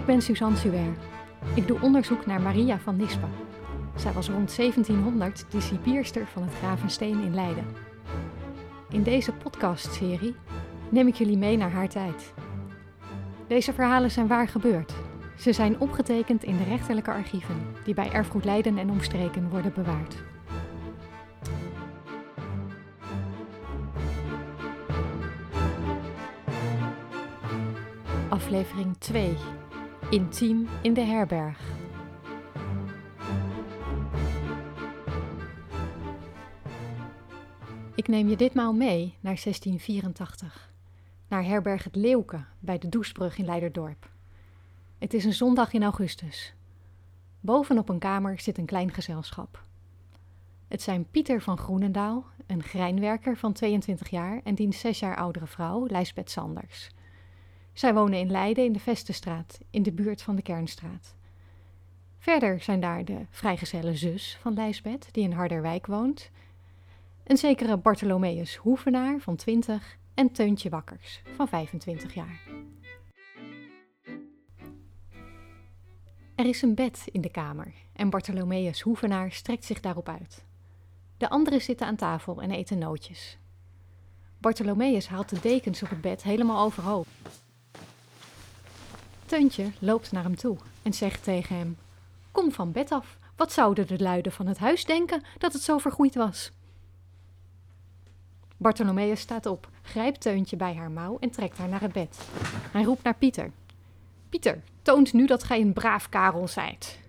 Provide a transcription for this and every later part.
ben Suzanne Suer. Ik doe onderzoek naar Maria van Nispen. Zij was rond 1700 de cipierster van het Gravensteen in Leiden. In deze podcastserie neem ik jullie mee naar haar tijd. Deze verhalen zijn waar gebeurd. Ze zijn opgetekend in de rechterlijke archieven die bij Erfgoed Leiden en omstreken worden bewaard. Aflevering 2. Intiem in de herberg. Ik neem je ditmaal mee naar 1684. Naar herberg Het Leeuwke bij de Doesbrug in Leiderdorp. Het is een zondag in augustus. Bovenop een kamer zit een klein gezelschap. Het zijn Pieter van Groenendaal, een grijnwerker van 22 jaar en diens 6 jaar oudere vrouw, Lijsbeth Sanders. Zij wonen in Leiden in de Vestenstraat, in de buurt van de Kernstraat. Verder zijn daar de vrijgezelle zus van Lijsbeth, die in Harderwijk woont, een zekere Bartholomeus Hoevenaar van 20 en Teuntje Wakkers van 25 jaar. Er is een bed in de kamer en Bartholomeus Hoevenaar strekt zich daarop uit. De anderen zitten aan tafel en eten nootjes. Bartholomeus haalt de dekens op het bed helemaal overhoop. Teuntje loopt naar hem toe en zegt tegen hem: "Kom van bed af, wat zouden de luiden van het huis denken dat het zo vergroeid was?" Bartholomeus staat op, grijpt Teuntje bij haar mouw en trekt haar naar het bed. Hij roept naar Pieter: "Pieter, toont nu dat gij een braaf karel zijt."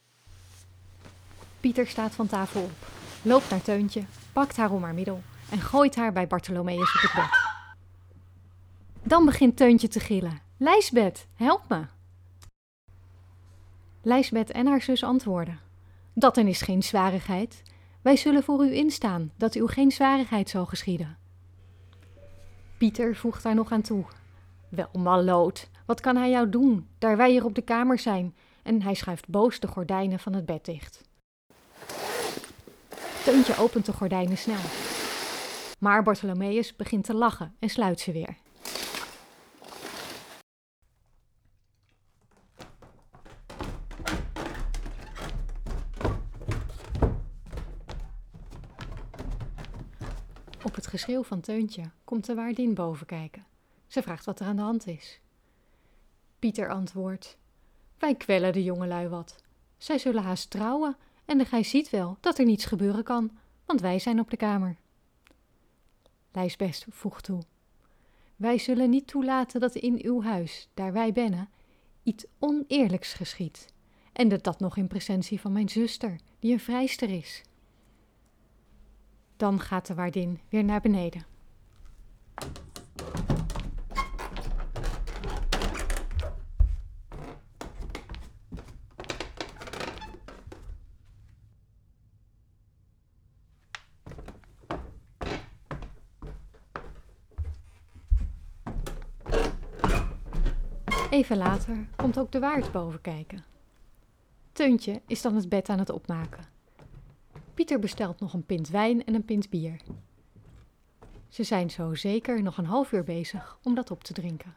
Pieter staat van tafel op, loopt naar Teuntje, pakt haar om haar middel en gooit haar bij Bartholomeus op het bed. Dan begint Teuntje te gillen: "Lijsbeth, help me!" Lijsbeth en haar zus antwoorden: "Dat dan is geen zwarigheid. Wij zullen voor u instaan, dat u geen zwarigheid zal geschieden." Pieter voegt daar nog aan toe: "Wel, malloot, wat kan hij jou doen, daar wij hier op de kamer zijn?" En hij schuift boos de gordijnen van het bed dicht. Teuntje opent de gordijnen snel. Maar Bartholomeus begint te lachen en sluit ze weer. Op het geschreeuw van Teuntje komt de waardin boven kijken. Ze vraagt wat er aan de hand is. Pieter antwoordt: "Wij kwellen de jongelui wat. Zij zullen haast trouwen en gij ziet wel dat er niets gebeuren kan, want wij zijn op de kamer." Lijsbeth voegt toe: "Wij zullen niet toelaten dat in uw huis, daar wij bennen, iets oneerlijks geschiedt. En dat nog in presentie van mijn zuster, die een vrijster is." Dan gaat de waardin weer naar beneden. Even later komt ook de waard boven kijken. Teuntje is dan het bed aan het opmaken. Pieter bestelt nog een pint wijn en een pint bier. Ze zijn zo zeker nog een half uur bezig om dat op te drinken.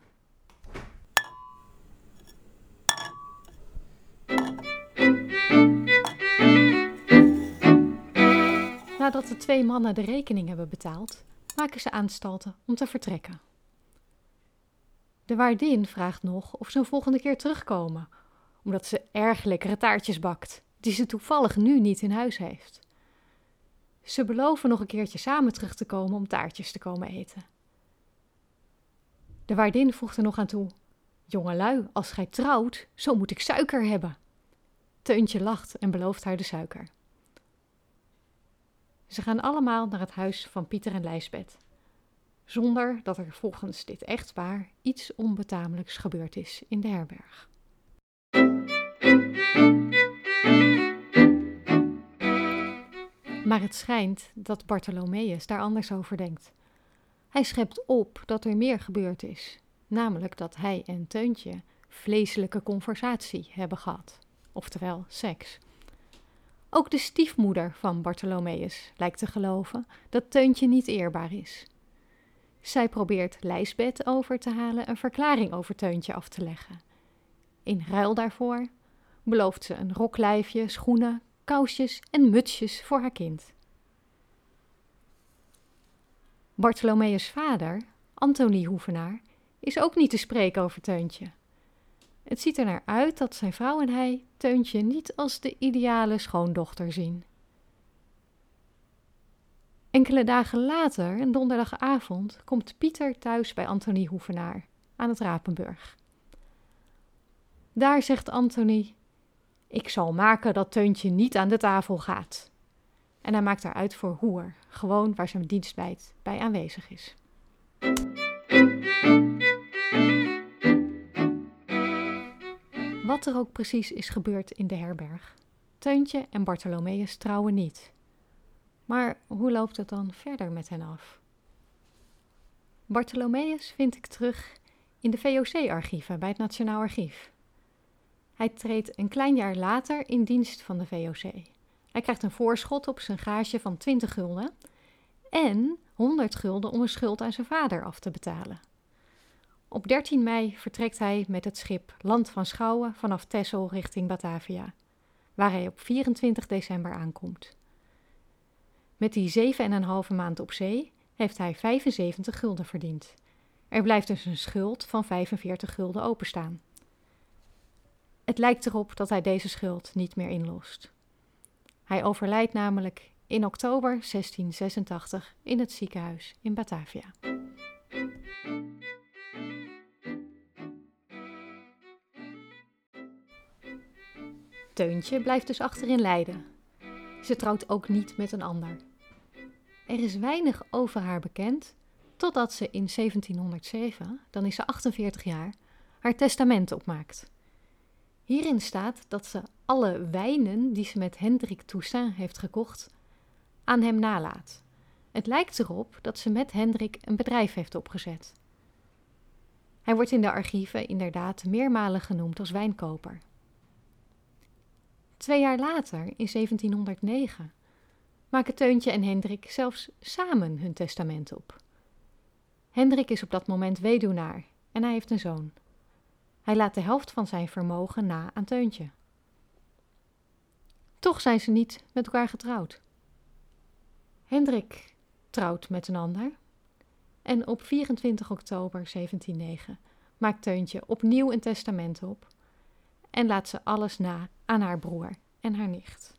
Nadat de 2 mannen de rekening hebben betaald, maken ze aanstalten om te vertrekken. De waardin vraagt nog of ze een volgende keer terugkomen, omdat ze erg lekkere taartjes bakt, die ze toevallig nu niet in huis heeft. Ze beloven nog een keertje samen terug te komen om taartjes te komen eten. De waardin voegt er nog aan toe: "Jongelui, als gij trouwt, zo moet ik suiker hebben." Teuntje lacht en belooft haar de suiker. Ze gaan allemaal naar het huis van Pieter en Lijsbeth, zonder dat er volgens dit echtpaar iets onbetamelijks gebeurd is in de herberg. Maar het schijnt dat Bartholomeus daar anders over denkt. Hij schept op dat er meer gebeurd is, namelijk dat hij en Teuntje vleeselijke conversatie hebben gehad, oftewel seks. Ook de stiefmoeder van Bartholomeus lijkt te geloven dat Teuntje niet eerbaar is. Zij probeert Lijsbeth over te halen een verklaring over Teuntje af te leggen. In ruil daarvoor belooft ze een roklijfje, schoenen, kousjes en mutsjes voor haar kind. Bartholomeus' vader, Anthonie Hoevenaar, is ook niet te spreken over Teuntje. Het ziet er naar uit dat zijn vrouw en hij Teuntje niet als de ideale schoondochter zien. Enkele dagen later, een donderdagavond, komt Pieter thuis bij Anthonie Hoevenaar aan het Rapenburg. Daar zegt Anthonie: "Ik zal maken dat Teuntje niet aan de tafel gaat." En hij maakt haar uit voor hoer, gewoon waar zijn dienstmeid bij aanwezig is. Wat er ook precies is gebeurd in de herberg, Teuntje en Bartholomeus trouwen niet. Maar hoe loopt het dan verder met hen af? Bartholomeus vind ik terug in de VOC-archieven bij het Nationaal Archief. Hij treedt een klein jaar later in dienst van de VOC. Hij krijgt een voorschot op zijn gage van 20 gulden en 100 gulden om een schuld aan zijn vader af te betalen. Op 13 mei vertrekt hij met het schip Land van Schouwen vanaf Texel richting Batavia, waar hij op 24 december aankomt. Met die 7,5 maand op zee heeft hij 75 gulden verdiend. Er blijft dus een schuld van 45 gulden openstaan. Het lijkt erop dat hij deze schuld niet meer inlost. Hij overlijdt namelijk in oktober 1686 in het ziekenhuis in Batavia. Teuntje blijft dus achter in Leiden. Ze trouwt ook niet met een ander. Er is weinig over haar bekend, totdat ze in 1707, dan is ze 48 jaar, haar testament opmaakt. Hierin staat dat ze alle wijnen die ze met Hendrik Toussaint heeft gekocht, aan hem nalaat. Het lijkt erop dat ze met Hendrik een bedrijf heeft opgezet. Hij wordt in de archieven inderdaad meermalen genoemd als wijnkoper. 2 jaar later, in 1709, maken Teuntje en Hendrik zelfs samen hun testament op. Hendrik is op dat moment weduwnaar en hij heeft een zoon. Hij laat de helft van zijn vermogen na aan Teuntje. Toch zijn ze niet met elkaar getrouwd. Hendrik trouwt met een ander en op 24 oktober 1709 maakt Teuntje opnieuw een testament op en laat ze alles na aan haar broer en haar nicht.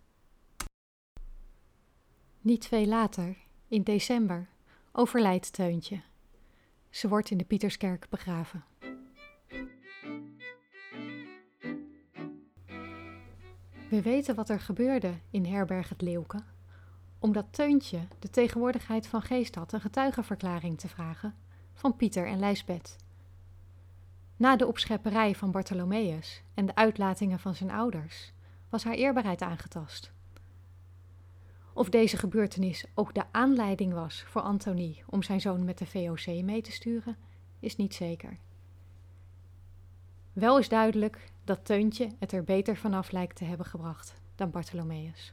Niet veel later, in december, overlijdt Teuntje. Ze wordt in de Pieterskerk begraven. We weten wat er gebeurde in herberg het Leeuwke, omdat Teuntje de tegenwoordigheid van geest had een getuigenverklaring te vragen van Pieter en Lijsbeth. Na de opschepperij van Bartholomeus en de uitlatingen van zijn ouders was haar eerbaarheid aangetast. Of deze gebeurtenis ook de aanleiding was voor Anthonie om zijn zoon met de VOC mee te sturen, is niet zeker. Wel is duidelijk dat Teuntje het er beter vanaf lijkt te hebben gebracht dan Bartholomeus.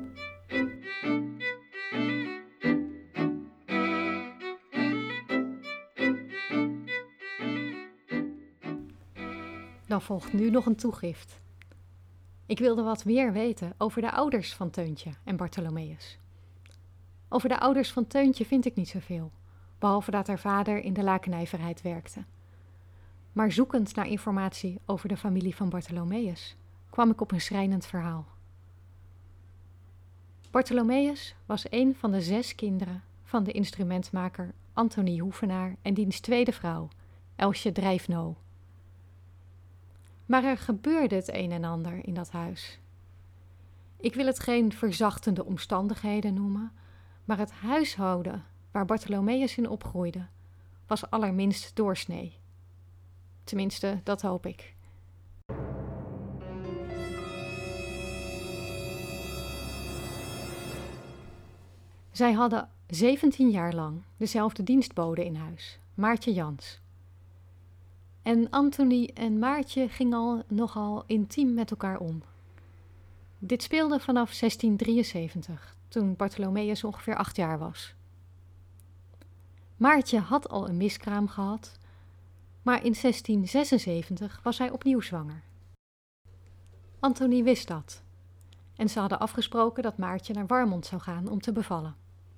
Dan volgt nu nog een toegift. Ik wilde wat meer weten over de ouders van Teuntje en Bartholomeus. Over de ouders van Teuntje vind ik niet zoveel, behalve dat haar vader in de lakennijverheid werkte. Maar zoekend naar informatie over de familie van Bartholomeus kwam ik op een schrijnend verhaal. Bartholomeus was een van de 6 kinderen van de instrumentmaker Anthonie Hoevenaar en diens tweede vrouw, Elsje Drijfno. Maar er gebeurde het een en ander in dat huis. Ik wil het geen verzachtende omstandigheden noemen, maar het huishouden waar Bartholomeus in opgroeide was allerminst doorsnee. Tenminste, dat hoop ik. Zij hadden 17 jaar lang dezelfde dienstbode in huis, Maartje Jans. En Anthonie en Maartje gingen nogal intiem met elkaar om. Dit speelde vanaf 1673, toen Bartholomeus ongeveer 8 jaar was. Maartje had al een miskraam gehad, maar in 1676 was hij opnieuw zwanger. Antonie wist dat. En ze hadden afgesproken dat Maartje naar Warmond zou gaan om te bevallen.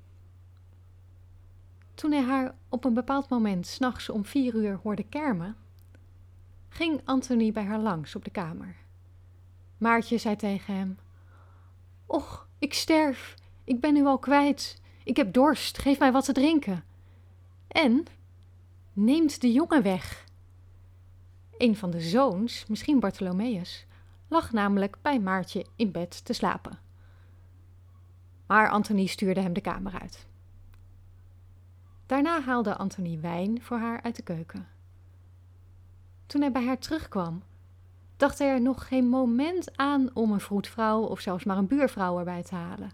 Toen hij haar op een bepaald moment 's nachts om 4 uur hoorde kermen, ging Antonie bij haar langs op de kamer. Maartje zei tegen hem: "Och, ik sterf. Ik ben u al kwijt. Ik heb dorst. Geef mij wat te drinken. En neemt de jongen weg." Een van de zoons, misschien Bartholomeus, lag namelijk bij Maartje in bed te slapen. Maar Antonie stuurde hem de kamer uit. Daarna haalde Antonie wijn voor haar uit de keuken. Toen hij bij haar terugkwam, dacht hij er nog geen moment aan om een vroedvrouw of zelfs maar een buurvrouw erbij te halen.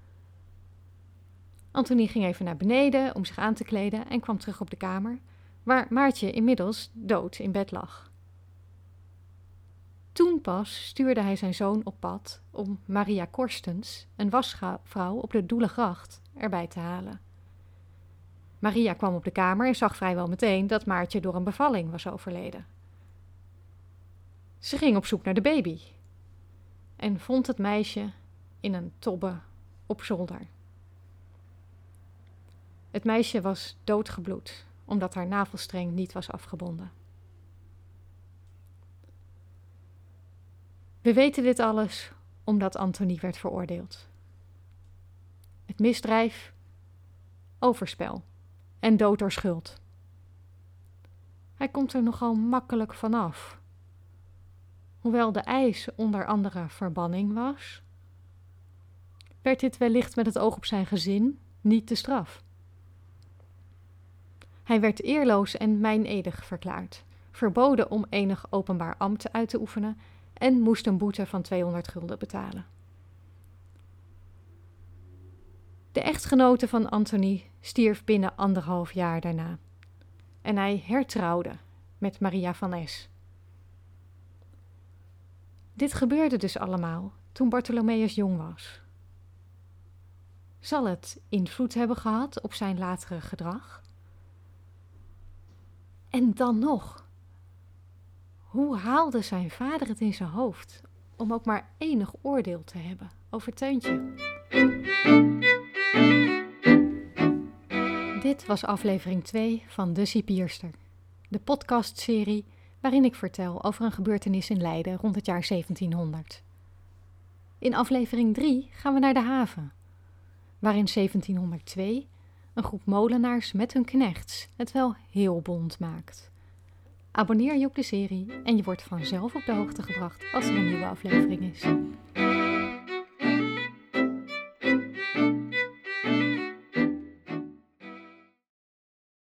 Antonie ging even naar beneden om zich aan te kleden en kwam terug op de kamer, waar Maartje inmiddels dood in bed lag. Toen pas stuurde hij zijn zoon op pad om Maria Korstens, een wasvrouw op de Doelegracht, erbij te halen. Maria kwam op de kamer en zag vrijwel meteen dat Maartje door een bevalling was overleden. Ze ging op zoek naar de baby en vond het meisje in een tobbe op zolder. Het meisje was doodgebloed, omdat haar navelstreng niet was afgebonden. We weten dit alles omdat Antonie werd veroordeeld. Het misdrijf, overspel en dood door schuld. Hij komt er nogal makkelijk vanaf. Hoewel de eis onder andere verbanning was, werd dit wellicht met het oog op zijn gezin niet de straf. Hij werd eerloos en meinedig verklaard, verboden om enig openbaar ambt uit te oefenen en moest een boete van 200 gulden betalen. De echtgenote van Antonie stierf binnen 1,5 jaar daarna en hij hertrouwde met Maria van S. Dit gebeurde dus allemaal toen Bartholomeus jong was. Zal het invloed hebben gehad op zijn latere gedrag? En dan nog, hoe haalde zijn vader het in zijn hoofd om ook maar enig oordeel te hebben over Teuntje? Dit was aflevering 2 van De Cipierster, de podcastserie waarin ik vertel over een gebeurtenis in Leiden rond het jaar 1700. In aflevering 3 gaan we naar de haven, waar in 1702 een groep molenaars met hun knechts het wel heel bont maakt. Abonneer je op de serie en je wordt vanzelf op de hoogte gebracht als er een nieuwe aflevering is.